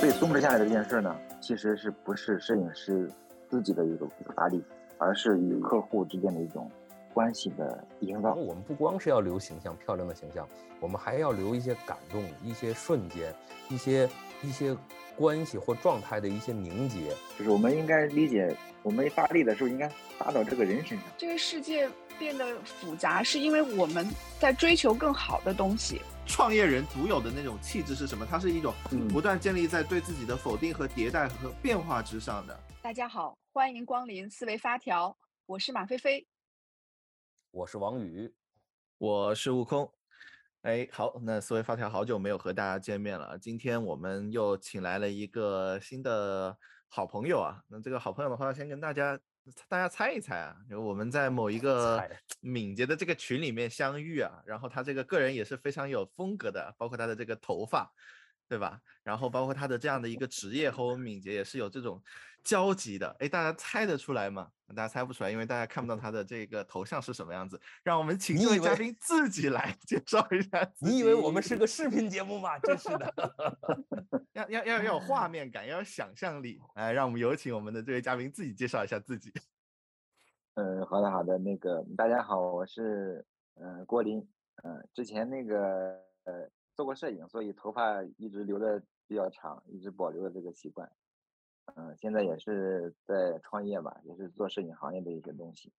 所以松弛下来的这件事呢，其实是不是摄影师自己的一个发力，而是与客户之间的一种关系的营造。 我们不光是要留形象，漂亮的形象，我们还要留一些感动、一些瞬间、一些关系或状态的一些凝结。 就是我们应该理解，我们发力的时候应该发到这个人身上。 这个世界变得复杂，是因为我们在追求更好的东西。 创业人独有的那种气质是什么？它是一种不断建立在对自己的否定和迭代和变化之上的。 大家好，欢迎光临思维发条，我是马飞飞， 我是王宇， 我是悟空。好，那思维发条好久没有和大家见面了，今天我们又请来了一个新的好朋友啊。那这个好朋友的话，先跟大家猜一猜啊，就我们在某一个敏捷的这个群里面相遇啊，然后他这个个人也是非常有风格的，包括他的这个头发，对吧？然后包括他的这样的一个职业和我们敏捷也是有这种交集的。大家猜得出来吗？大家猜不出来，因为大家看不到他的这个头像是什么样子。让我们请这位嘉宾自己来介绍一下自己。 你以为我们是个视频节目吗？真是的。 要有画面感，要有想象力。让我们有请我们的这位嘉宾自己介绍一下自己。 好的，大家好，我是郭林，之前做过摄影，所以头发一直留的比较长，一直保留了这个习惯。现在也是在创业吧，也是做摄影行业的一些东西。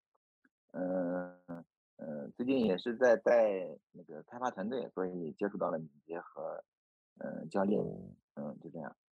最近也是在带那个开发团队，所以接触到了敏捷和教练，就这样。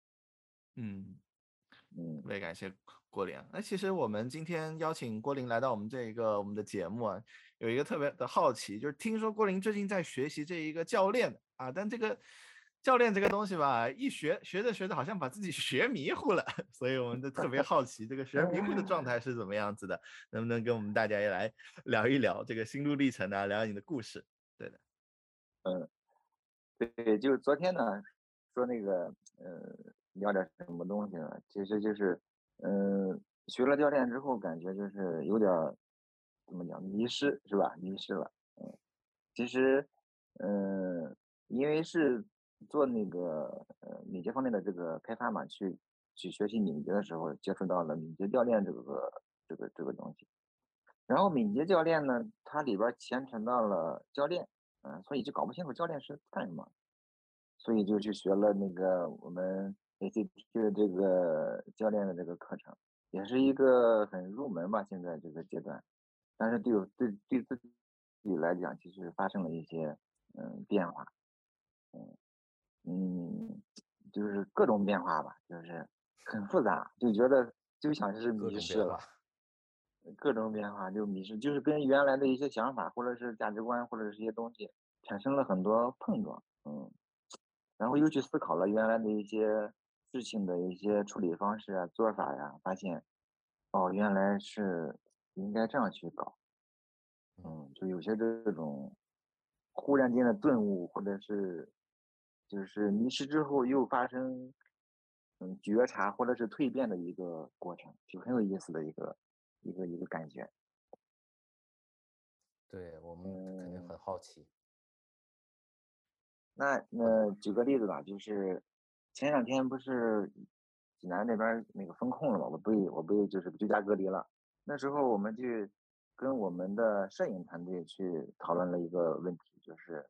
特别感谢郭林。那其实我们今天邀请郭林来到我们的节目啊，有一个特别的好奇，就是听说郭林最近在学习这一个教练啊，但这个教练这个东西吧，一学着好像把自己学迷糊了，所以我们就特别好奇这个学迷糊的状态是怎么样子的，能不能跟我们大家也来聊一聊这个心路历程啊，聊聊你的故事？对的。 对，就是昨天呢，说聊点什么东西呢？其实就是，学了教练之后，感觉就是有点儿怎么讲，迷失是吧？迷失了。其实，嗯，因为是做敏捷方面的这个开发嘛，去学习敏捷的时候，接触到了敏捷教练这个东西。然后敏捷教练呢，它里边儿牵扯到了教练，所以就搞不清楚教练是干什么。所以就去学了我们 ACT 的这个教练的这个课程，也是一个很入门吧，现在这个阶段。但是对自己来讲，其实发生了一些变化，嗯，就是各种变化吧，就是很复杂，就觉得就像是迷失了，各种变化就迷失，就是跟原来的一些想法或者是价值观或者是一些东西产生了很多碰撞，然后又去思考了原来的一些事情的一些处理方式啊、做法呀，发现，哦，原来是应该这样去搞。就有些这种忽然间的顿悟，或者是就是迷失之后又发生觉察或者是蜕变的一个过程，就很有意思的一个感觉。 对，我们肯定很好奇。 举个例子吧，就是前两天不是济南那边那个封控了嘛，我被就是居家隔离了。那时候我们就跟我们的摄影团队去讨论了一个问题，就是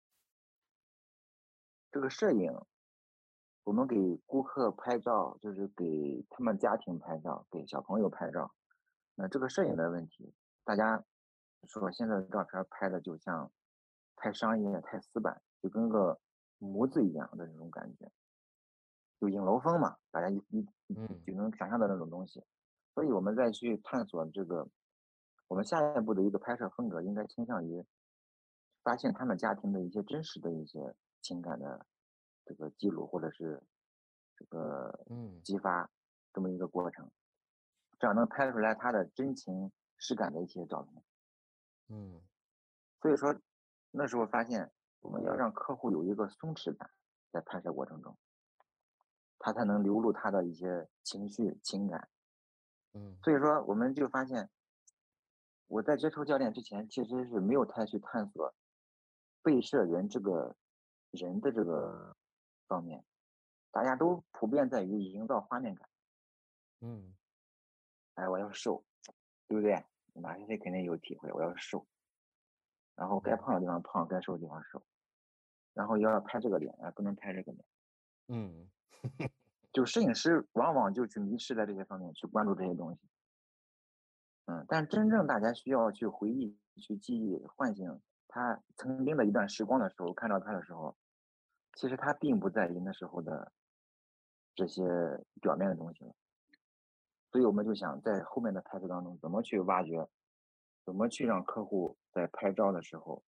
这个摄影，我们给顾客拍照，就是给他们家庭拍照，给小朋友拍照。那这个摄影的问题，大家说现在的照片拍的就像太商业、太死板，就跟个模子一样的那种感觉，就影楼风嘛，大家就能想象的那种东西。所以我们再去探索我们下一步的一个拍摄风格，应该倾向于发现他们家庭的一些真实的一些情感的这个记录，或者是这个激发这么一个过程，这样能拍出来他的真情实感的一些照片。所以说那时候发现，我们要让客户有一个松弛感，在拍摄过程中，他才能流露他的一些情绪情感。所以说我们就发现，我在接触教练之前，其实是没有太去探索被摄人这个人的这个方面。 大家都普遍在于营造画面感。 嗯哎，我要瘦，对不对？马谁肯定有体会，我要瘦，然后该胖的地方胖，该瘦的地方瘦，然后要拍这个脸，不能拍这个脸。 嗯就摄影师往往就去迷失在这些方面，去关注这些东西。但真正大家需要去回忆、去记忆、唤醒他曾经的一段时光的时候，看到他的时候，其实他并不在意那时候的这些表面的东西了。所以我们就想在后面的拍摄当中，怎么去挖掘，怎么去让客户在拍照的时候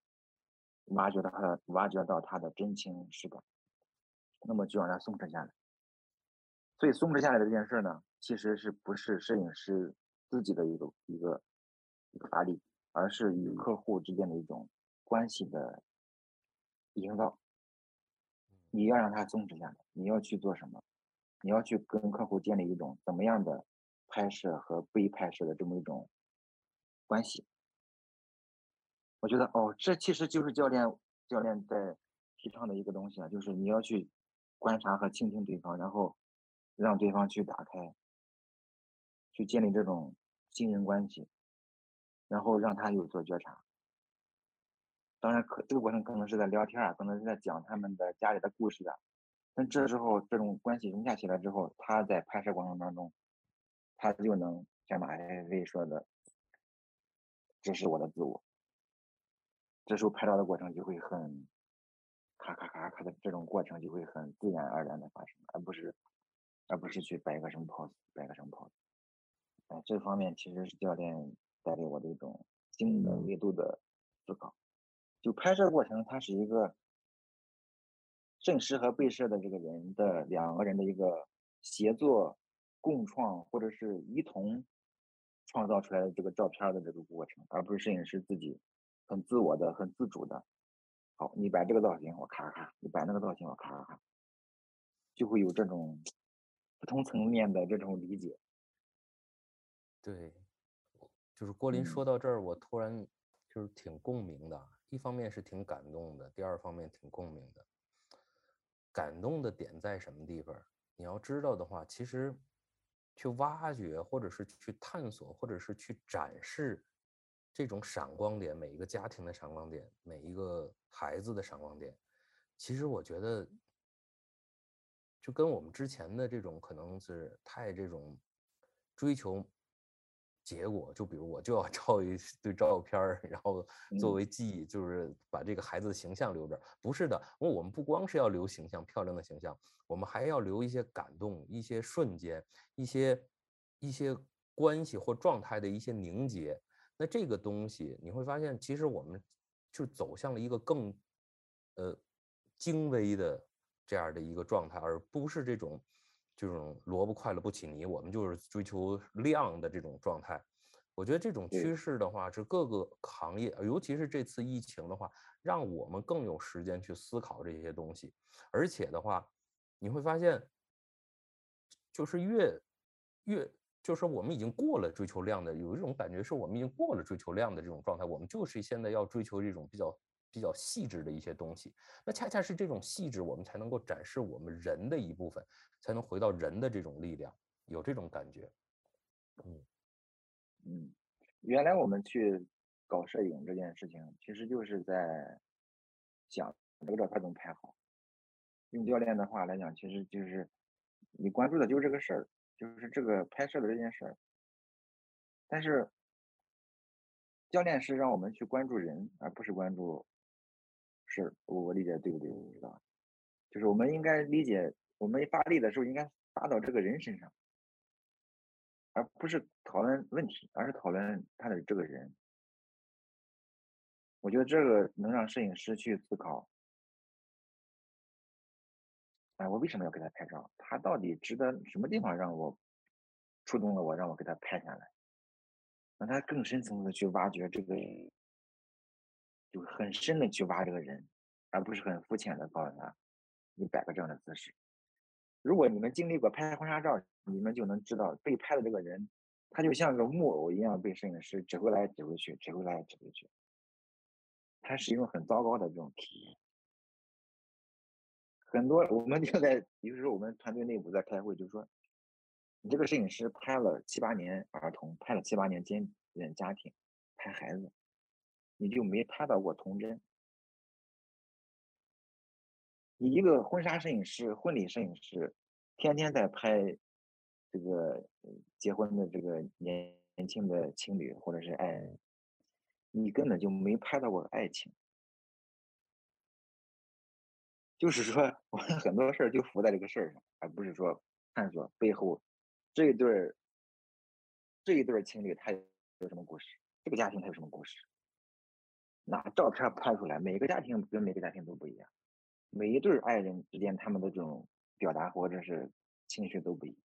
挖掘到他的真情实感，那么就让他松弛下来。所以松弛下来的这件事呢，其实是不是摄影师自己的一个发力，而是与客户之间的一种关系的营造。你要让他松弛下来，你要去做什么？你要去跟客户建立一种怎么样的拍摄和被拍摄的这么一种关系。我觉得这其实就是教练在提倡的一个东西啊，就是你要去观察和倾听对方，然后让对方去打开，去建立这种信任关系，然后让他有所觉察。当然这个过程可能是在聊天啊，可能是在讲他们的家里的故事啊。但这时候这种关系融洽起来之后，他在拍摄过程当中，他就能像马飞飞说的，这是我的自我。这时候拍照的过程就会很咔咔咔咔的这种过程就会很自然而然的发生，而不是去摆个什么 pose，摆个什么 pose。这方面其实是教练带给我的一种新的维度的思考。就拍摄过程，它是一个摄影师和被摄的这个人的两个人的一个协作、共创或者是一同创造出来的这个照片的这个过程，而不是摄影师自己很自我的、很自主的。好，你摆这个造型，我咔咔；你摆那个造型，我咔咔咔，就会有这种不同层面的这种理解。 对，就是郭林说到这儿，我突然就是挺共鸣的，一方面是挺感动的，第二方面挺共鸣的。感动的点在什么地方？你要知道的话，其实去挖掘，或者是去探索，或者是去展示这种闪光点，每一个家庭的闪光点，每一个孩子的闪光点，其实我觉得就跟我们之前的这种可能是太这种追求结果，就比如我就要照一堆照片然后作为记忆，就是把这个孩子的形象留着。不是的，我们不光是要留形象，漂亮的形象，我们还要留一些感动、一些瞬间、一些关系或状态的一些凝结。那这个东西你会发现，其实我们就走向了一个更精微的这样的一个状态，而不是这种萝卜快了不起泥，我们就是追求量的这种状态。我觉得这种趋势的话，是各个行业，尤其是这次疫情的话，让我们更有时间去思考这些东西。而且的话，你会发现，就是越就是我们已经过了追求量的，有一种感觉是我们已经过了追求量的这种状态，我们就是现在要追求这种比较细致的一些东西。那恰恰是这种细致，我们才能够展示我们人的一部分，才能回到人的这种力量，有这种感觉。 原来我们去搞摄影这件事情，其实就是在想这个照片怎么拍好。用教练的话来讲，其实就是你关注的就是这个事儿，就是这个拍摄的这件事儿。但是教练是让我们去关注人，而不是关注事儿。我理解对不对？我不知道。就是我们应该理解，我们发力的时候应该发到这个人身上，而不是讨论问题，而是讨论他的这个人。我觉得这个能让摄影师去思考，我为什么要给他拍照？他到底值得什么地方让我触动了我，让我给他拍下来？让他更深层次的去挖掘这个人，就很深的去挖这个人，而不是很肤浅的告诉他，你摆个这样的姿势。如果你们经历过拍婚纱照，你们就能知道被拍的这个人，他就像个木偶一样被摄影师指挥来指挥去，指挥来指挥去。他是一种很糟糕的这种体验， 很多我们就在，比如说我们团队内部在开会，就说你这个摄影师拍了7、8年儿童，拍了7、8年家庭，拍孩子，你就没拍到过童真。你一个婚纱摄影师、婚礼摄影师，天天在拍这个结婚的这个年轻的情侣或者是爱人，你根本就没拍到过爱情。就是说，我们很多事儿就浮在这个事儿上，而不是说探索背后这一对儿情侣他有什么故事，这个家庭他有什么故事。拿照片拍出来，每个家庭跟每个家庭都不一样，每一对爱人之间他们的这种表达或者是情绪都不一样。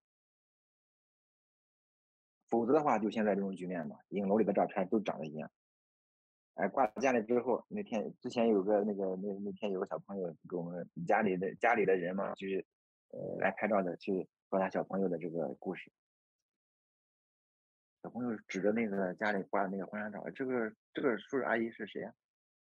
否则的话，就现在这种局面嘛，影楼里的照片都长得一样。哎，挂家里之后，之前有个那天有个小朋友给我们家里的人嘛，就是来拍照的，去说他小朋友的这个故事。小朋友指着那个家里挂的那个婚纱照，这个叔叔阿姨是谁呀？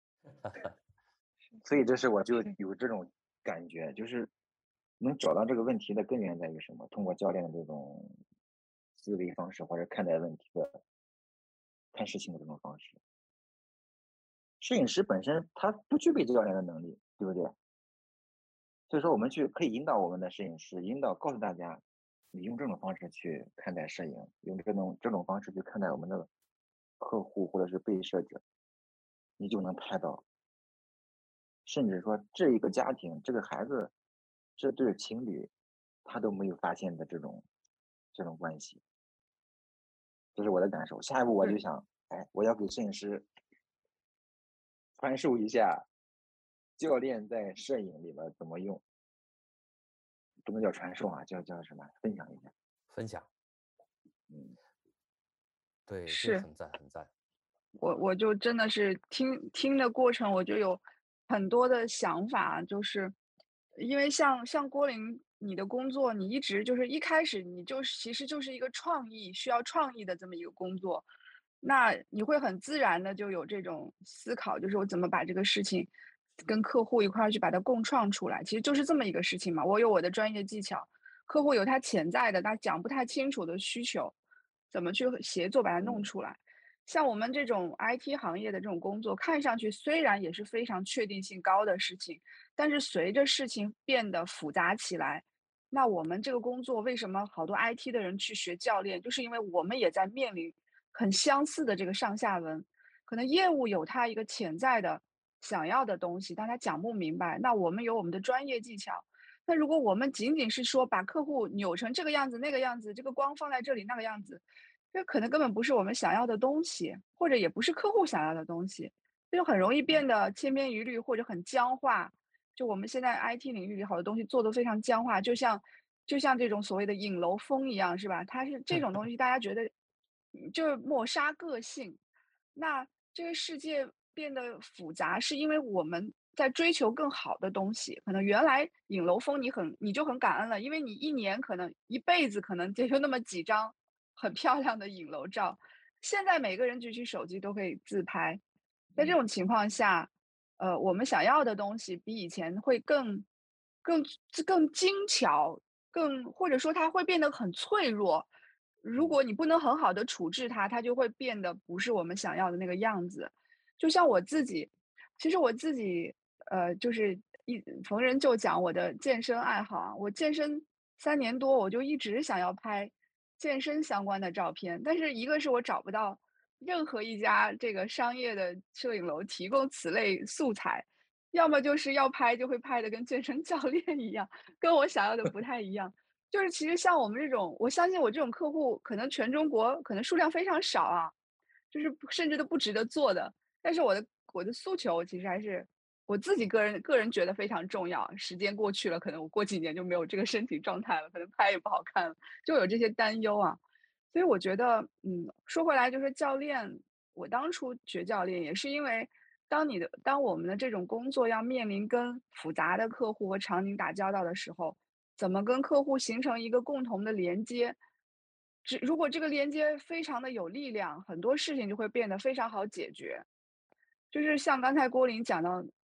所以这是我就有这种感觉，就是能找到这个问题的根源在于什么？通过教练的这种思维方式或者看待问题的、看事情的这种方式。摄影师本身他不具备教练的能力，对不对？所以说我们可以引导我们的摄影师，告诉大家，你用这种方式去看待摄影，用这种方式去看待我们的客户或者是被摄者，你就能拍到，甚至说这一个家庭、这个孩子、这对情侣，他都没有发现的这种关系，这是我的感受。下一步我就想，哎，我要给摄影师传授一下教练在摄影里边怎么用，不能叫传授啊，叫什么？分享一下。 分享。 嗯， 对，这是很赞很赞。 我就真的是听的过程，我就有很多的想法，就是因为像郭林，你的工作，你一直就是一开始你其实就是一个需要创意的这么一个工作，那你会很自然的就有这种思考，就是我怎么把这个事情跟客户一块儿去把它共创出来，其实就是这么一个事情嘛。我有我的专业技巧，客户有他潜在的他讲不太清楚的需求，怎么去协作把它弄出来。像我们这种 IT 行业的这种工作，看上去虽然也是非常确定性高的事情，但是随着事情变得复杂起来，那我们这个工作为什么好多 IT 的人去学教练，就是因为我们也在面临很相似的这个上下文，可能业务有它一个潜在的想要的东西，但他讲不明白，那我们有我们的专业技巧。那如果我们仅仅是说把客户扭成这个样子那个样子，这个光放在这里那个样子，这可能根本不是我们想要的东西，或者也不是客户想要的东西，这就很容易变得千篇一律或者很僵化。就我们现在 IT 领域里好多东西做得非常僵化，就像这种所谓的影楼风一样，是吧？它是这种东西，大家觉得就是抹杀个性。那这个世界变得复杂，是因为我们在追求更好的东西。可能原来影楼风你就很感恩了，因为你一年可能一辈子可能也就那么几张很漂亮的影楼照。现在每个人举起手机都可以自拍，在这种情况下，我们想要的东西比以前会更更精巧，或者说它会变得很脆弱。如果你不能很好的处置它，它就会变得不是我们想要的那个样子。就像我自己，其实我自己，就是逢人就讲我的健身爱好啊。我健身3年多，我就一直想要拍健身相关的照片，但是一个是我找不到任何一家这个商业的摄影楼提供此类素材，要么就是要拍就会拍的跟健身教练一样，跟我想要的不太一样。就是其实像我们这种，我相信我这种客户可能全中国可能数量非常少啊，就是甚至都不值得做的。但是我的诉求其实还是我自己个人觉得非常重要。时间过去了，可能我过几年就没有这个身体状态了，可能拍也不好看了，就有这些担忧啊。所以我觉得，说回来就是教练，我当初学教练也是因为，当我们的这种工作要面临跟复杂的客户和场景打交道的时候，怎么跟客户形成一个共同的连接？如果这个连接非常的有力量，很多事情就会变得非常好解决。就是像刚才郭林讲到，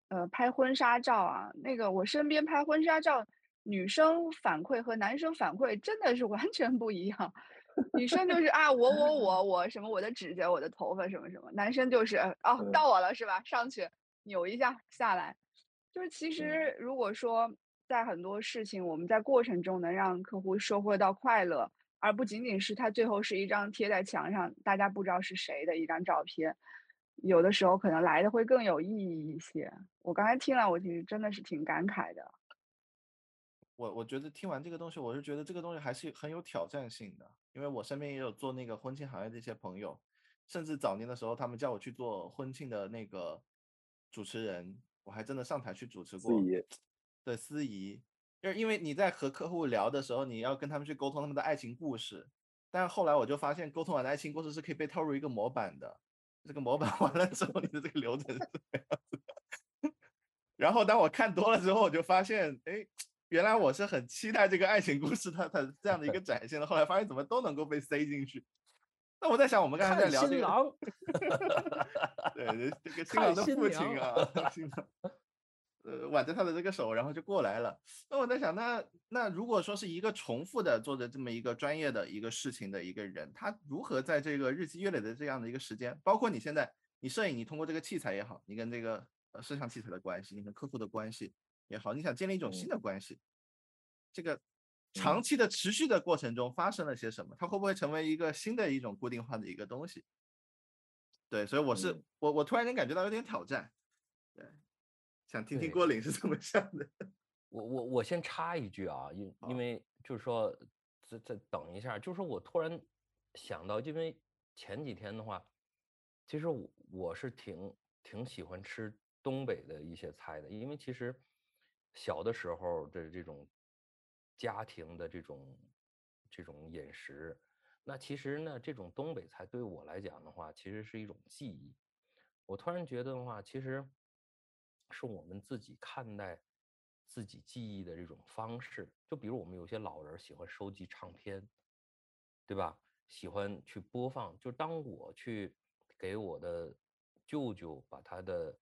拍婚纱照啊，那个我身边拍婚纱照，女生反馈和男生反馈真的是完全不一样。女生就是啊，我什么我的指甲、我的头发什么什么，男生就是哦， 嗯到我了是吧？上去扭一下下来，就是其嗯实如果说在很多事情我们在过程中能让客户收获到快乐，而不仅仅是他最后是一张贴在墙上，大家不知道是谁的一张照片，有的时候可能来的会更有意义一些。我刚才听了，我其实真的是挺感慨的。 我觉得听完这个东西，我是觉得这个东西还是很有挑战性的，因为我身边也有做那个婚庆行业的一些朋友，甚至早年的时候，他们叫我去做婚庆的那个主持人，我还真的上台去主持过， 司仪， 对，司仪，就是因为你在和客户聊的时候，你要跟他们去沟通他们的爱情故事，但是后来我就发现，沟通完的爱情故事是可以被套入一个模板的，这个模板完了之后，你的这个流程是这样子。然后当我看多了之后，我就发现，哎，原来我是很期待这个爱情故事它这样的一个展现的。后来发现怎么都能够被塞进去。那我在想，我们刚才在看聊这个， 新郎， 对，这个新看郎的父新娘亲啊，新郎，挽着他的这个手，然后就过来了。那我在想，那如果说是一个重复的做着这么一个专业的一个事情的一个人，他如何在这个日积月累的这样的一个时间，包括你现在你摄影，你通过这个器材也好，你跟这个摄像器材的关系，你跟客户的关系也好，你想建立一种新嗯的关系，这个长嗯期的持续的过程中发生了些什么？它会不会成为一个新的一种固定化的一个东西？对，所以嗯， 我突然间感觉到有点挑战，对，想听听对。 郭岭是怎么想的。 我先插一句啊，因好， 为就是说，再等一下，就是说我突然想到，因为前几天的话，其实我是挺喜欢吃东北的一些菜的，因为其实小的时候的这种家庭的这种饮食，那其实呢，这种东北菜对我来讲的话，其实是一种记忆。我突然觉得的话，其实是我们自己看待自己记忆的这种方式。就比如我们有些老人喜欢收集唱片，对吧？喜欢去播放。就当我去给我的舅舅把他的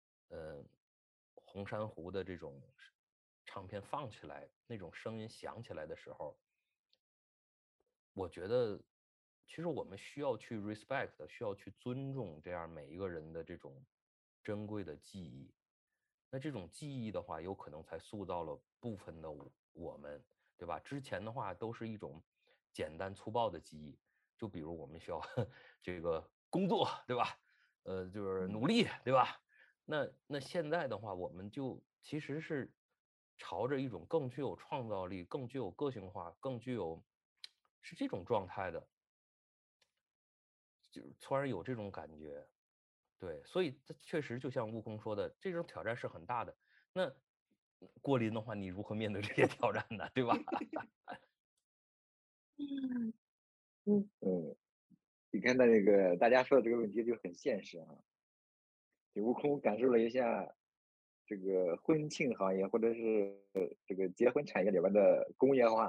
红珊瑚的这种唱片放起来，那种声音响起来的时候，我觉得，其实我们需要去 respect，需要去尊重这样每一个人的这种珍贵的记忆。那这种记忆的话，有可能才塑造了部分的我们，对吧？之前的话都是一种简单粗暴的记忆，就比如我们需要这个工作，对吧？就是努力，对吧？那现在的话，我们就其实是朝着一种更具有创造力、更具有个性化、更具有是这种状态的，就突然有这种感觉。对，所以这确实就像悟空说的，这种挑战是很大的。那郭林的话，你如何面对这些挑战呢？对吧？ 嗯，你看到那个大家说的这个问题就很现实啊，就悟空感受了一下这个婚庆行业或者是这个结婚产业里边的工业化，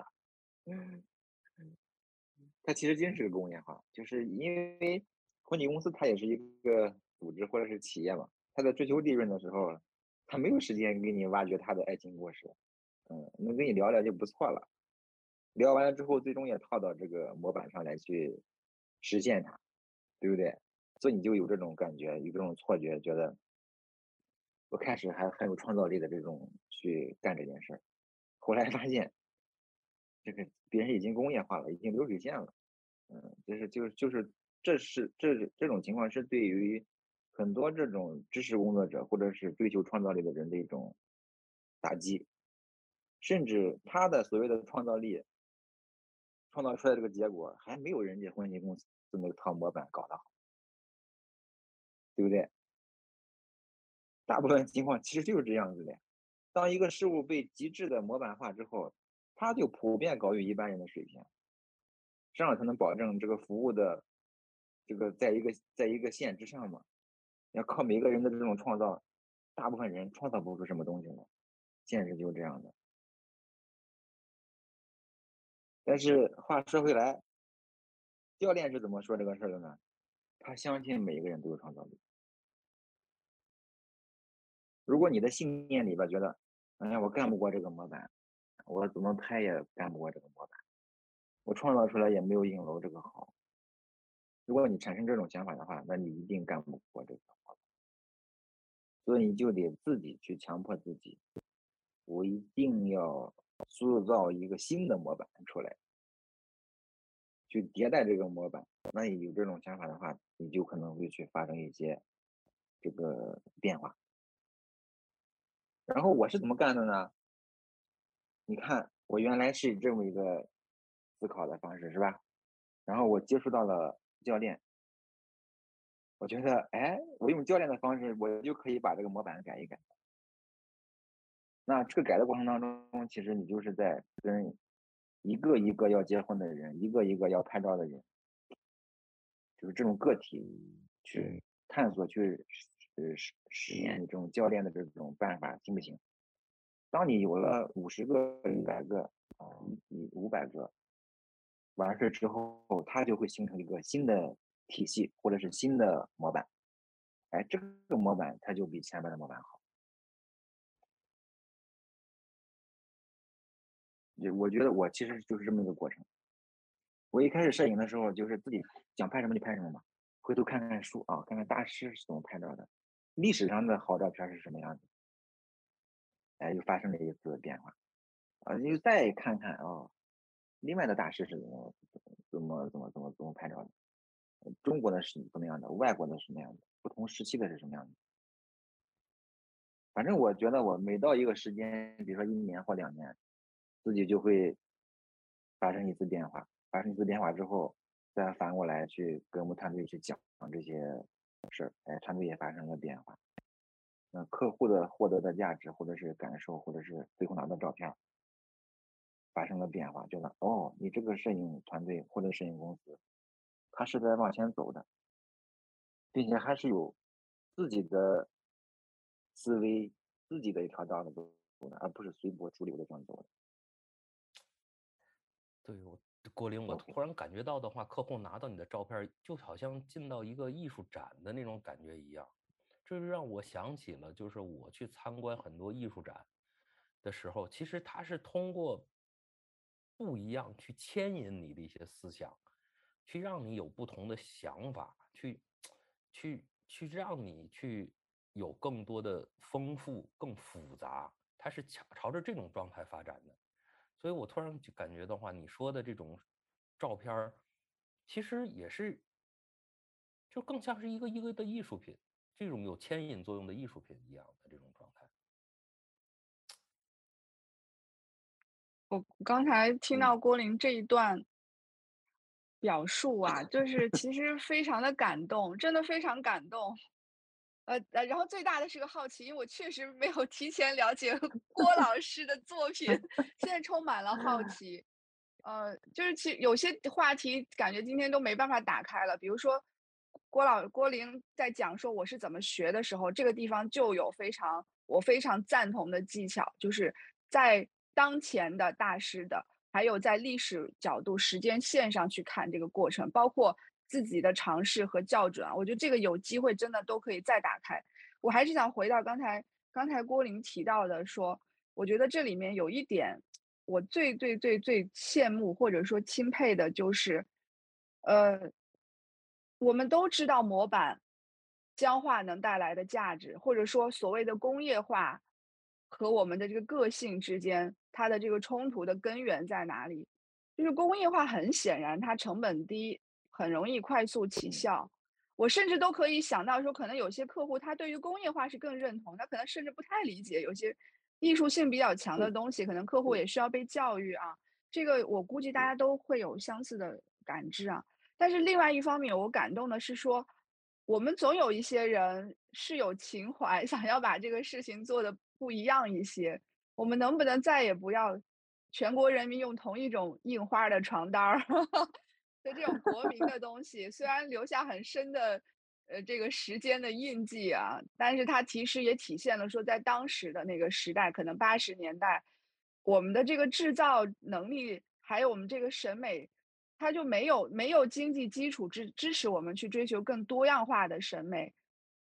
它其实真是个工业化，就是因为婚庆公司它也是一个组织或者是企业嘛，它在追求利润的时候，它没有时间给你挖掘他的爱情故事，能跟你聊聊就不错了。聊完了之后，最终也套到这个模板上来去实现它，对不对？所以你就有这种感觉，有这种错觉，觉得我开始还很有创造力的这种去干这件事儿，后来发现这个别人已经工业化了，已经流水线了。这种情况是对于很多这种知识工作者或者是追求创造力的人的一种打击，甚至他的所谓的创造力创造出来这个结果还没有人家婚庆公司那套模板搞得好，对不对？大部分情况其实就是这样子的。当一个事物被极致的模板化之后，它就普遍高于一般人的水平，这样才能保证这个服务的这个在一个线之上嘛。要靠每个人的这种创造，大部分人创造不出什么东西来，现实就是这样的。但是话说回来，教练是怎么说这个事儿的呢？他相信每一个人都有创造力。 如果你的信念里边觉得，哎呀，我干不过这个模板，我怎么拍也干不过这个模板，我创造出来也没有影楼这个好。如果你产生这种想法的话，那你一定干不过这个模板。所以你就得自己去强迫自己，我一定要塑造一个新的模板出来，去迭代这个模板。那你有这种想法的话，你就可能会去发生一些这个变化。然后我是怎么干的呢？你看，我原来是这么一个思考的方式，是吧？然后我接触到了教练，我觉得，哎，我用教练的方式，我就可以把这个模板改一改。那这个改的过程当中，其实你就是在跟一个一个要结婚的人，一个一个要拍照的人，就是这种个体去探索，去实验这种教练的这种办法行不行？当你有了50个、100个、500个，完事之后，它就会形成一个新的体系或者是新的模板。哎，这个模板它就比前面的模板好。我觉得我其实就是这么一个过程。我一开始摄影的时候，就是自己想拍什么就拍什么嘛，回头看看书啊，看看大师是怎么拍照的，历史上的好照片是什么样子，哎，又发生了一次变化啊，又再看看啊，另外的大师是怎么拍照的，中国的是怎么样的，外国的是什么样的，不同时期的是什么样的。反正我觉得我每到一个时间，比如说1年或2年，自己就会发生一次变化。发生一次变化之后，再反过来去跟我们团队去讲这些事儿，哎，团队也发生了变化。那客户的获得的价值，或者是感受，或者是最后拿到照片，发生了变化，觉得哦，你这个摄影团队或者摄影公司，它是在往前走的，并且还是有自己的思维、自己的一条道路走的，而不是随波逐流的这样走的。 对，郭林，我突然感觉到的话，客户拿到你的照片，就好像进到一个艺术展的那种感觉一样。这就让我想起了，就是我去参观很多艺术展的时候，其实它是通过不一样去牵引你的一些思想，去让你有不同的想法，去让你去有更多的丰富、更复杂，它是朝着这种状态发展的。所以我突然就感觉的话，你说的这种照片儿，其实也是，就更像是一个一个的艺术品，这种有牵引作用的艺术品一样的这种状态。 我刚才听到郭林这一段表述啊，就是其实非常的感动，真的非常感动。然后最大的是个好奇，因为我确实没有提前了解郭老师的作品，现在充满了好奇。就是其实有些话题感觉今天都没办法打开了，比如说郭林在讲说我是怎么学的时候，这个地方就有我非常赞同的技巧，就是在当前的大师的，还有在历史角度、时间线上去看这个过程，包括自己的尝试和校准啊，我觉得这个有机会真的都可以再打开。我还是想回到刚才郭林提到的说，我觉得这里面有一点我最羡慕或者说钦佩的就是，呃，我们都知道模板僵化能带来的价值，或者说所谓的工业化和我们的这个个性之间，它的这个冲突的根源在哪里？就是工业化很显然它成本低，很容易快速起效。我甚至都可以想到说，可能有些客户他对于工业化是更认同，他可能甚至不太理解有些艺术性比较强的东西，可能客户也需要被教育啊。这个我估计大家都会有相似的感知啊。但是另外一方面，我感动的是说，我们总有一些人是有情怀，想要把这个事情做得不一样一些。我们能不能再也不要全国人民用同一种印花的床单儿的这种国民的东西？虽然留下很深的这个时间的印记啊，但是它其实也体现了说，在当时的那个时代，可能80年代，我们的这个制造能力还有我们这个审美，它就没有经济基础支持我们去追求更多样化的审美。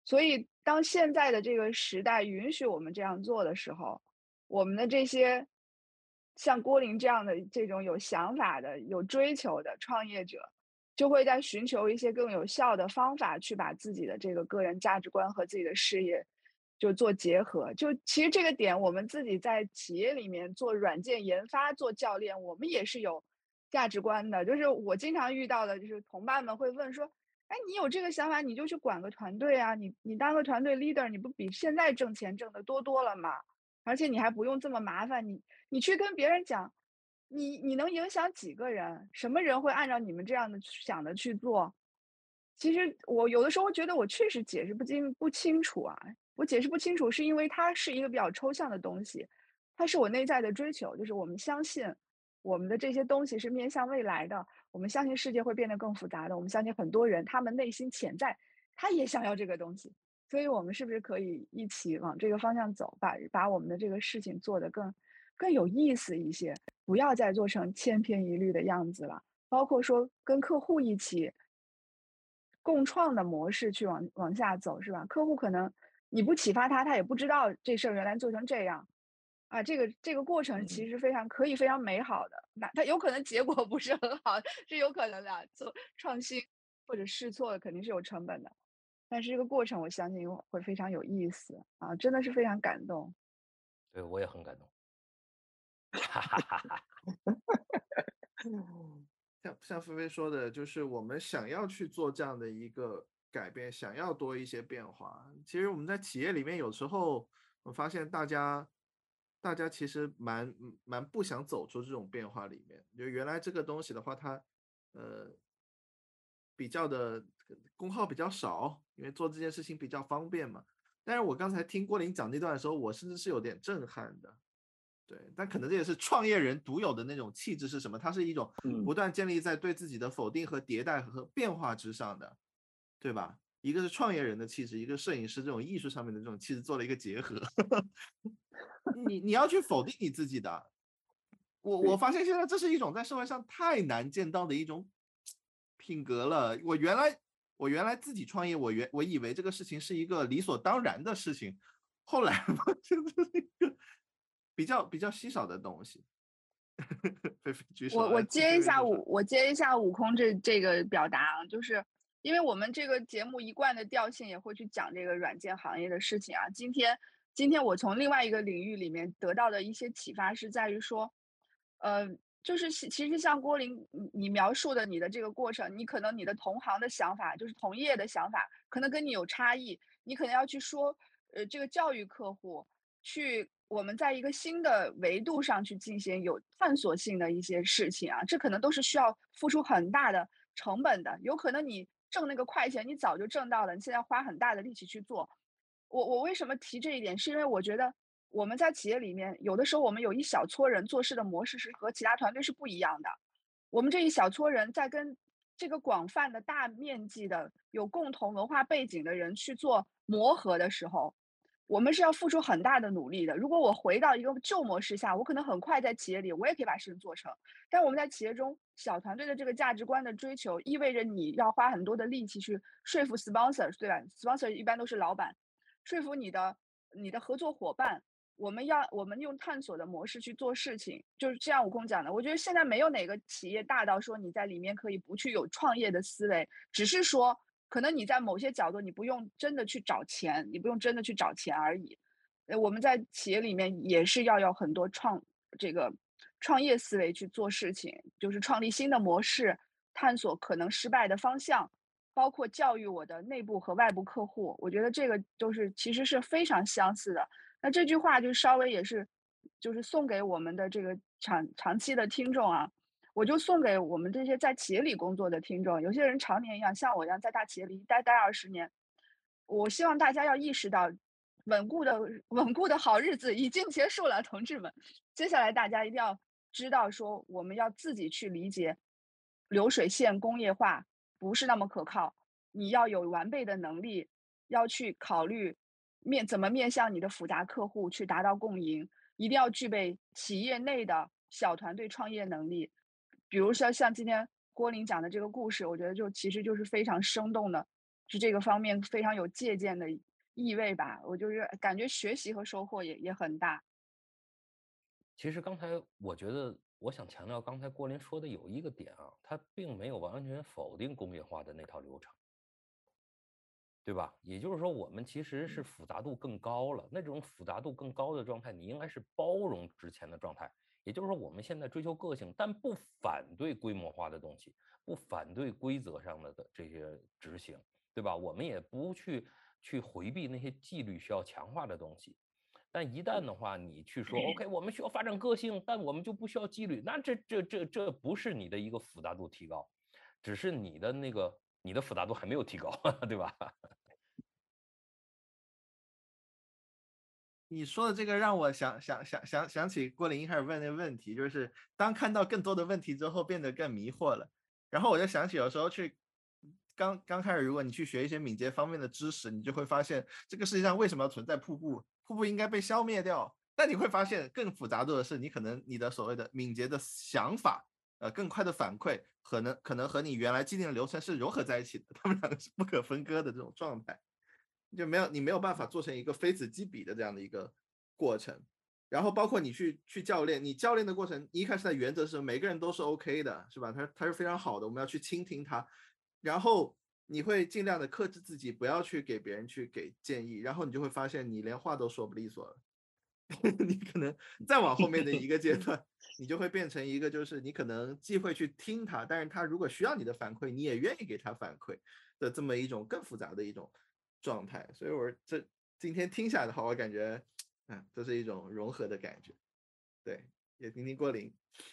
所以当现在的这个时代允许我们这样做的时候，我们的这些像郭林这样的这种有想法的、有追求的创业者，就会在寻求一些更有效的方法，去把自己的这个个人价值观和自己的事业就做结合。就其实这个点，我们自己在企业里面做软件研发、做教练，我们也是有价值观的。就是我经常遇到的，就是同伴们会问说：“哎，你有这个想法，你就去管个团队啊！你当个团队 leader，你不比现在挣钱挣得多了吗？而且你还不用这么麻烦，你去跟别人讲，你能影响几个人？什么人会按照你们这样的想的去做？其实我有的时候觉得我确实解释不清楚啊，我解释不清楚是因为它是一个比较抽象的东西，它是我内在的追求，就是我们相信我们的这些东西是面向未来的，我们相信世界会变得更复杂的，我们相信很多人他们内心潜在他也想要这个东西，所以我们是不是可以一起往这个方向走，把我们的这个事情做得更有意思一些，不要再做成千篇一律的样子了。包括说跟客户一起共创的模式去往下走，是吧？客户可能你不启发他，他也不知道这事儿原来做成这样啊。这个过程其实非常美好的，那它有可能结果不是很好，是有可能的。做创新或者试错肯定是有成本的，但是这个过程我相信会非常有意思啊，真的是非常感动。 对，我也很感动。哈哈哈哈。 像菲菲说的，就是我们想要去做这样的一个改变，想要多一些变化。其实我们在企业里面，有时候我发现大家其实蛮不想走出这种变化里面。就原来这个东西的话，它比较的功耗比较少，因为做这件事情比较方便嘛。但是我刚才听郭林讲这段的时候，我甚至是有点震撼的。对，但可能这也是创业人独有的那种气质是什么？它是一种不断建立在对自己的否定和迭代和变化之上的，对吧？一个是创业人的气质，一个摄影师这种艺术上面的这种气质做了一个结合。你要去否定你自己的，我发现现在这是一种在社会上太难见到的一种品格了。我原来自己创业，我以为这个事情是一个理所当然的事情，后来我觉得是一个比较稀少的东西。菲菲举手， 我接一下菲菲说我接一下悟空这个表达啊，就是因为我们这个节目一贯的调性也会去讲这个软件行业的事情啊。今天我从另外一个领域里面得到的一些启发是在于说，呃，就是其实像郭林你描述的你的这个过程，你可能你的同行的想法，就是同业的想法，可能跟你有差异，你可能要去说，这个教育客户，去我们在一个新的维度上去进行有探索性的一些事情啊，这可能都是需要付出很大的成本的。有可能你挣那个快钱，你早就挣到了，你现在花很大的力气去做。我为什么提这一点？是因为我觉得我们在企业里面，有的时候我们有一小撮人做事的模式是和其他团队是不一样的。我们这一小撮人在跟这个广泛的、大面积的、有共同文化背景的人去做磨合的时候，我们是要付出很大的努力的。如果我回到一个旧模式下，我可能很快在企业里我也可以把事情做成。但我们在企业中，小团队的这个价值观的追求，意味着你要花很多的力气去说服 sponsor，对吧？sponsor 一般都是老板，说服你的合作伙伴。我们用探索的模式去做事情，就是这样。悟空讲的，我觉得现在没有哪个企业大到说你在里面可以不去有创业的思维，只是说可能你在某些角度你不用真的去找钱，你不用真的去找钱而已。我们在企业里面也是要有很多这个创业思维去做事情，就是创立新的模式，探索可能失败的方向，包括教育我的内部和外部客户。我觉得这个就是其实是非常相似的。那这句话就稍微也是，就是送给我们的这个长期的听众啊，我就送给我们这些在企业里工作的听众。有些人常年一样，像我一样在大企业里待20年，我希望大家要意识到，稳固的好日子已经结束了，同志们。接下来大家一定要知道说，我们要自己去理解，流水线工业化不是那么可靠，你要有完备的能力，要去考虑怎么面向你的复杂客户去达到共赢，一定要具备企业内的小团队创业能力。比如说像今天郭林讲的这个故事，我觉得其实就是非常生动的是这个方面非常有借鉴的意味吧。我就是感觉学习和收获也很大。 其实刚才我觉得，我想强调刚才郭林说的有一个点啊，他并没有完全否定工业化的那套流程，对吧？也就是说，我们其实是复杂度更高了。那种复杂度更高的状态，你应该是包容之前的状态。也就是说，我们现在追求个性，但不反对规模化的东西，不反对规则上的这些执行，对吧？我们也不去回避那些纪律需要强化的东西。但一旦的话，你去说 OK，我们需要发展个性，但我们就不需要纪律，那这不是你的一个复杂度提高，只是你的复杂度还没有提高，对吧？ 你说的这个让我想起郭林一开始问那个问题，就是当看到更多的问题之后，变得更迷惑了。然后我就想起有时候刚开始，如果你去学一些敏捷方面的知识，你就会发现这个世界上为什么要存在瀑布？瀑布应该被消灭掉。但你会发现更复杂的是，你可能你的所谓的敏捷的想法，更快的反馈，可能和你原来既定的流程是融合在一起的，他们两个是不可分割的这种状态。你没有办法做成一个非此即彼的这样的一个过程。然后包括你去教练，你教练的过程，你一开始的原则是每个人都是 OK 的，是吧？他是非常好的，我们要去倾听他。然后你会尽量的克制自己，不要去给别人去给建议，然后你就会发现你连话都说不利索了。你可能再往后面的一个阶段，你就会变成一个，就是你可能既会去听他，但是他如果需要你的反馈，你也愿意给他反馈的这么一种更复杂的一种状态。所以今天听下来的话，我感觉，这是一种融合的感觉。对，也听听郭林。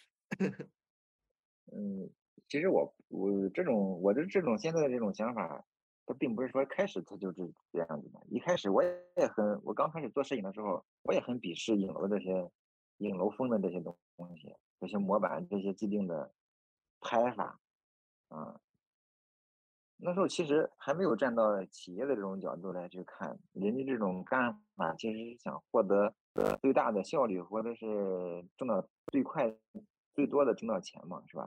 其实我的这种现在的这种想法，它并不是说开始它就是这样子的。一开始我刚开始做摄影的时候，我也很鄙视影楼风的这些东西，这些模板，这些既定的拍法啊。那时候其实还没有站到企业的这种角度来去看，人家这种干法其实是想获得最大的效率，或者是挣到最快、最多的挣到钱嘛，是吧？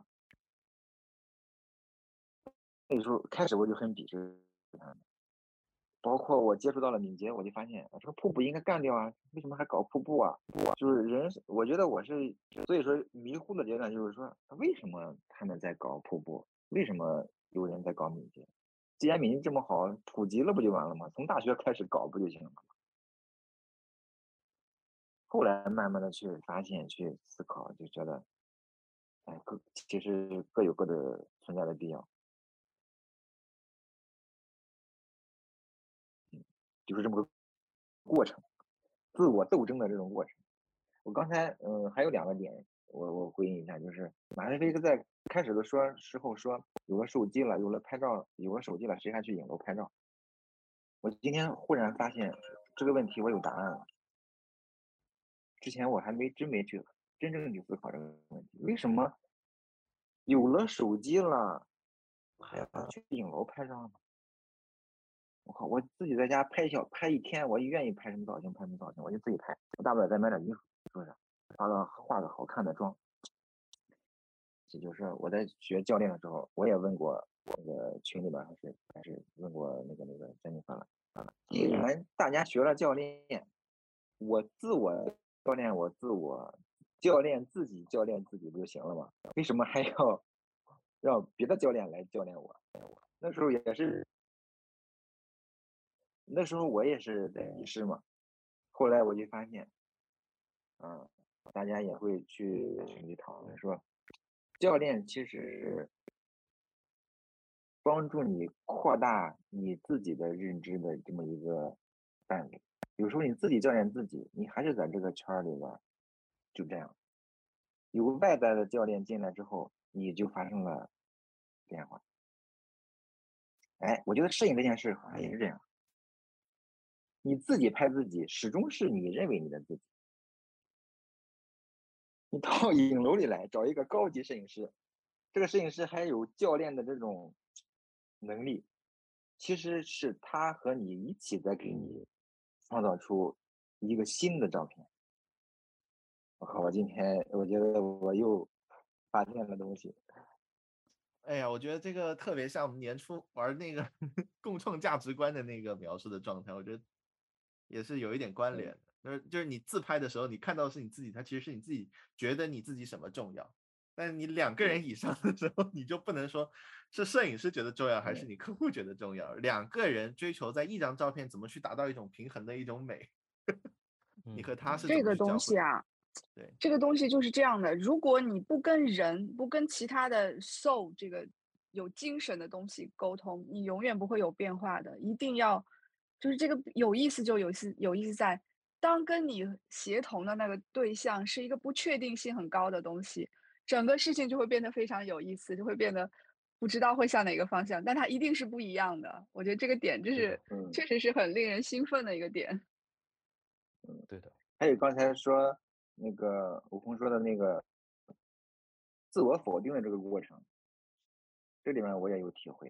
那个时候开始我就很鄙视他们，包括我接触到了敏捷，我就发现这个瀑布应该干掉啊，为什么还搞瀑布啊？就是我觉得所以说迷糊的阶段就是说，为什么他们在搞瀑布？为什么有人在搞敏捷？既然敏捷这么好，普及了不就完了吗？从大学开始搞不就行了吗？后来慢慢的去发现、去思考，就觉得，其实各有各的存在的必要，就是这么个过程，自我斗争的这种过程。我刚才还有两个点，我回应一下，就是马飞飞在开始的时候说，有了手机了，有了拍照，有了手机了，谁还去影楼拍照？我今天忽然发现这个问题我有答案了，之前我还真没去真正去思考这个问题，为什么有了手机了还要去影楼拍照呢？我靠，我自己在家拍一天，我愿意拍什么造型拍什么造型，我就自己拍，我大不了再买点衣服，是不是？化个好看的妆。这就是我在学教练的时候，我也问过那个群里边还是问过那个詹妮弗了。既然大家学了教练，我自我教练我自我教练自己教练自己不就行了吗？为什么还要让别的教练来教练我？那时候也是，那时候我也是在迷失嘛。后来我就发现，嗯，大家也会去讨论说，教练其实是帮助你扩大你自己的认知的这么一个范围。有时候你自己教练自己，你还是在这个圈里边，就这样。有外在的教练进来之后，你就发生了变化。哎，我觉得摄影这件事好像也是这样，你自己拍自己，始终是你认为你的自己。你到影楼里来找一个高级摄影师，这个摄影师还有教练的这种能力，其实是他和你一起在给你创造出一个新的照片。我靠！我今天我觉得我又发现了东西。 哎呀，我觉得这个特别像我们年初玩那个共创价值观的那个描述的状态，我觉得也是有一点关联的。就是你自拍的时候，你看到的是你自己，它其实是你自己觉得你自己什么重要。但是你2个人以上的时候，你就不能说是摄影师觉得重要，还是你客户觉得重要。2个人追求在一张照片怎么去达到一种平衡的一种美，你和他是怎么这个去交汇？ 东西啊， 对， 这个东西就是这样的。如果你不跟人，不跟其他的 soul 这个有精神的东西沟通，你永远不会有变化的。一定要，就是这个有意思就有意思在，当跟你协同的那个对象是一个不确定性很高的东西，整个事情就会变得非常有意思，就会变得不知道会向哪个方向，但它一定是不一样的。我觉得这个点就是确实是很令人兴奋的一个点。 对的。 还有刚才说那个悟空说的那个自我否定的这个过程，这里面我也有体会。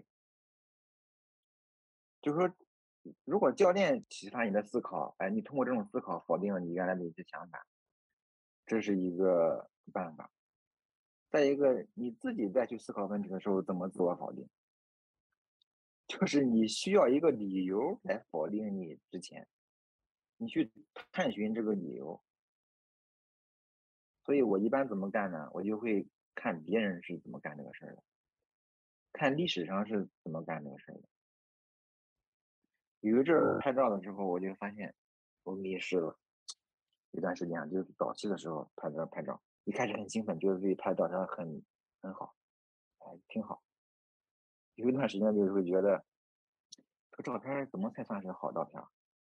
就是说，如果教练启发你的思考，哎，你通过这种思考否定了你原来的一些想法，这是一个办法。再一个，你自己再去思考问题的时候，怎么自我否定？就是你需要一个理由来否定你之前，你去探寻这个理由。所以我一般怎么干呢？我就会看别人是怎么干这个事儿的，看历史上是怎么干这个事儿的。有一阵儿拍照的时候，我就发现我迷失了。有段时间啊，就是早期的时候拍照，一开始很兴奋，觉得自己拍的照片很好，哎，挺好。有一段时间就是会觉得，这个照片怎么才算是好照片？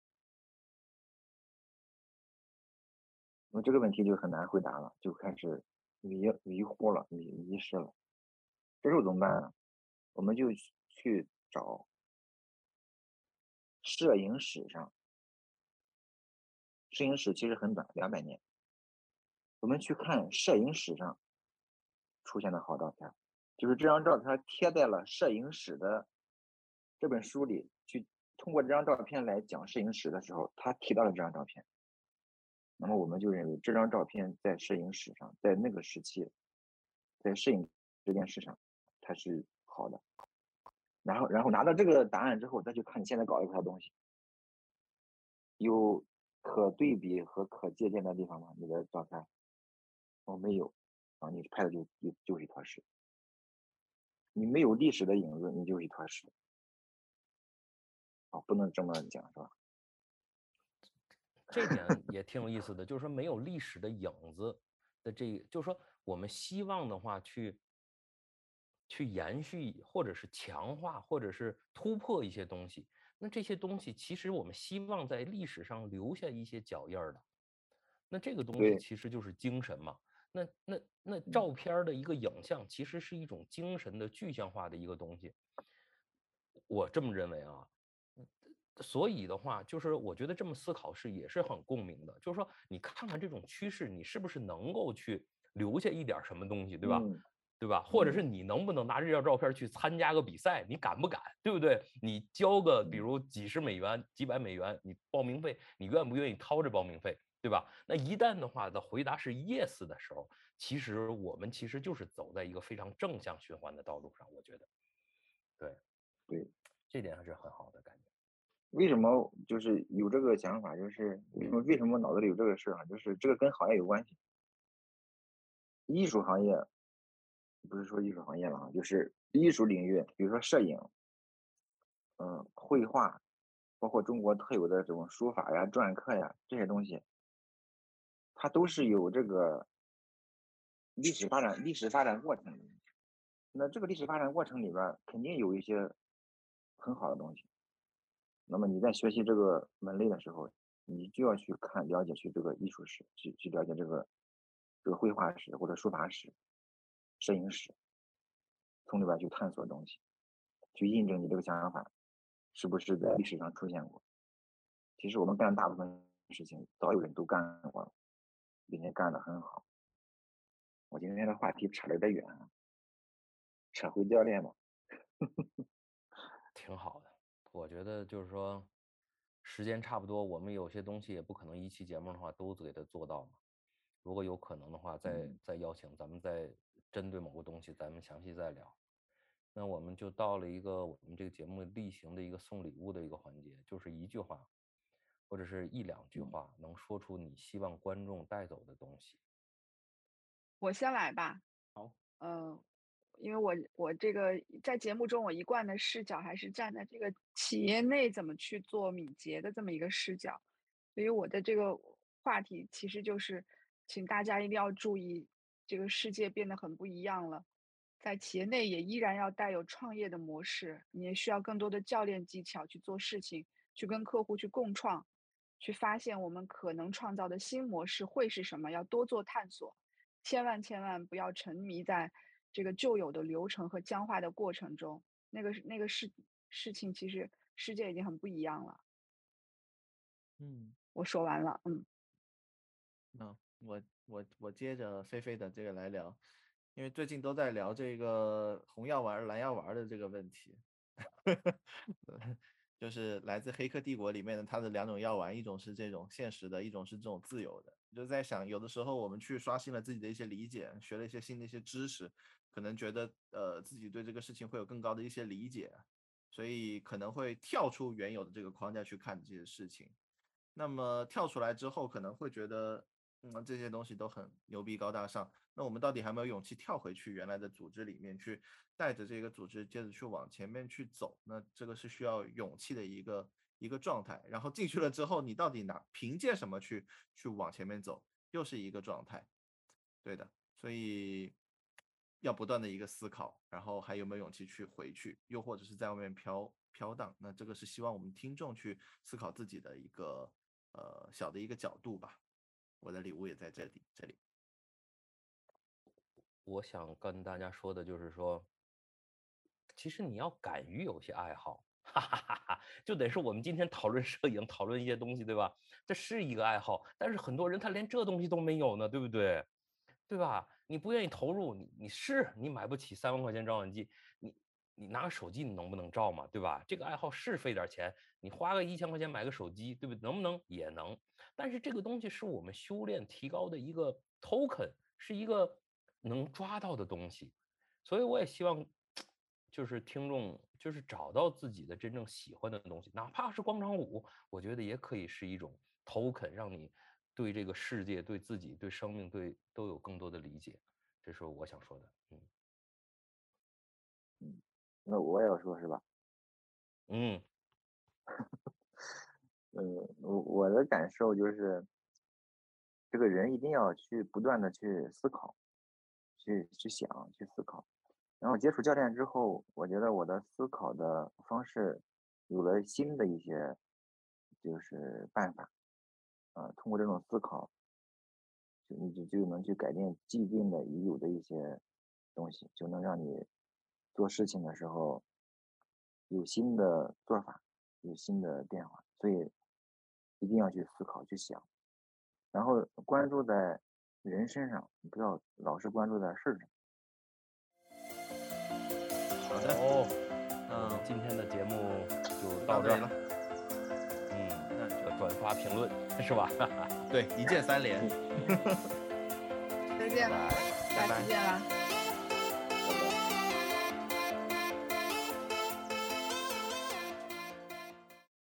那这个问题就很难回答了，就开始迷糊了，迷失了。这时候怎么办呢？我们就去找摄影史上，摄影史其实很短，200年。我们去看摄影史上出现的好照片，就是这张照片贴在了摄影史的这本书里，去通过这张照片来讲摄影史的时候，他提到了这张照片。那么我们就认为这张照片在摄影史上，在那个时期，在摄影这件事上，它是好的。然后拿到这个答案之后，再去看你现在搞的这套东西，有可对比和可借鉴的地方吗？你的照片没有啊，你拍的就是一坨屎。你没有历史的影子，你就是一坨屎。不能这么讲，是吧？ 这点也挺有意思的，就是说没有历史的影子的就是说我们希望的话去延续或者是强化或者是突破一些东西，那这些东西其实我们希望在历史上留下一些脚印的，那这个东西其实就是精神嘛。那照片的一个影像其实是一种精神的具象化的一个东西，我这么认为啊。所以的话，就是我觉得这么思考也是很共鸣的。就是说，你看看这种趋势，你是不是能够去留下一点什么东西，对吧？对吧？或者是你能不能拿这张照片去参加个比赛？你敢不敢？对不对？你交个比如几十美元、几百美元，你报名费，你愿不愿意掏这报名费？对吧？那一旦的话的回答是 yes 的时候，其实我们其实就是走在一个非常正向循环的道路上，我觉得， 对， 这点还是很好的感觉。 为什么就是有这个想法？就是为什么脑子里有这个事啊？就是这个跟行业有关系。艺术行业不是说艺术行业了啊，就是艺术领域，比如说摄影，绘画，包括中国特有的这种书法呀、篆刻呀这些东西，它都是有这个历史发展过程的。那这个历史发展过程里边，肯定有一些很好的东西。那么你在学习这个门类的时候，你就要去了解这个艺术史，去了解这个绘画史或者书法史、摄影史，从里边去探索东西，去印证你这个想法是不是在历史上出现过。其实我们干大部分事情，早有人都干过了，并且干得很好。我今天的话题扯得有点远啊，扯回教练吧。 挺好的，我觉得就是说，时间差不多，我们有些东西也不可能一期节目的话都给它做到嘛。如果有可能的话，再邀请咱们再针对某个东西，咱们详细再聊。 那我们就到了一个我们这个节目例行的一个送礼物的一个环节，就是一句话或者是1-2句话，能说出你希望观众带走的东西。 我先来吧。 好， 因为我这个在节目中，我一贯的视角还是站在这个企业内怎么去做敏捷的这么一个视角，所以我的这个话题其实就是，请大家一定要注意，这个世界变得很不一样了，在企业内也依然要带有创业的模式，你也需要更多的教练技巧去做事情，去跟客户去共创，去发现我们可能创造的新模式会是什么，要多做探索。千万不要沉迷在这个旧有的流程和僵化的过程中，那个事情，其实世界已经很不一样了。我说完了。 我接着菲菲的这个来聊，因为最近都在聊这个红药丸、蓝药丸的这个问题，就是来自《黑客帝国》里面的它的2种药丸，一种是这种现实的，一种是这种自由的。就在想，有的时候我们去刷新了自己的一些理解，学了一些新的一些知识，可能觉得自己对这个事情会有更高的一些理解，所以可能会跳出原有的这个框架去看这些事情。那么跳出来之后，可能会觉得，这些东西都很牛逼高大上。那我们到底还没有勇气跳回去原来的组织里面去，带着这个组织接着去往前面去走？那这个是需要勇气的一个状态。然后进去了之后，你到底凭借什么去往前面走，又是一个状态。对的，所以要不断的一个思考，然后还有没有勇气去回去，又或者是在外面飘荡。那这个是希望我们听众去思考自己的一个小的一个角度吧。我的礼物也在这里。 我想跟大家说的就是说，其实你要敢于有些爱好，哈哈哈哈，就得是我们今天讨论摄影，讨论一些东西，对吧？这是一个爱好，但是很多人他连这东西都没有呢，对不对？对吧？你不愿意投入，你买不起3万块钱照相机，你拿个手机你能不能照嘛？对吧？这个爱好是费点钱，你花个1000块钱买个手机，对不对？能不能？也能。但是这个东西是我们修炼提高的一个 token，是一个能抓到的东西。所以我也希望，就是听众就是找到自己的真正喜欢的东西，哪怕是广场舞，我觉得也可以是一种 token，让你对这个世界、对自己、对生命、都有更多的理解。这是我想说的。 那我也要说是吧？我的感受就是，这个人一定要去不断的去思考，去想，去思考。然后接触教练之后，我觉得我的思考的方式有了新的一些就是办法。通过这种思考，你就能去改变既定的已有的一些东西，就能让你做事情的时候有新的做法，有新的变化。所以一定要去思考，去想，然后关注在人身上，你不要老是关注在事上。 好的， 今天的节目就到这儿了。 转发评论是吧？ 对，一键3连。 再见了， 拜拜， 下期见了。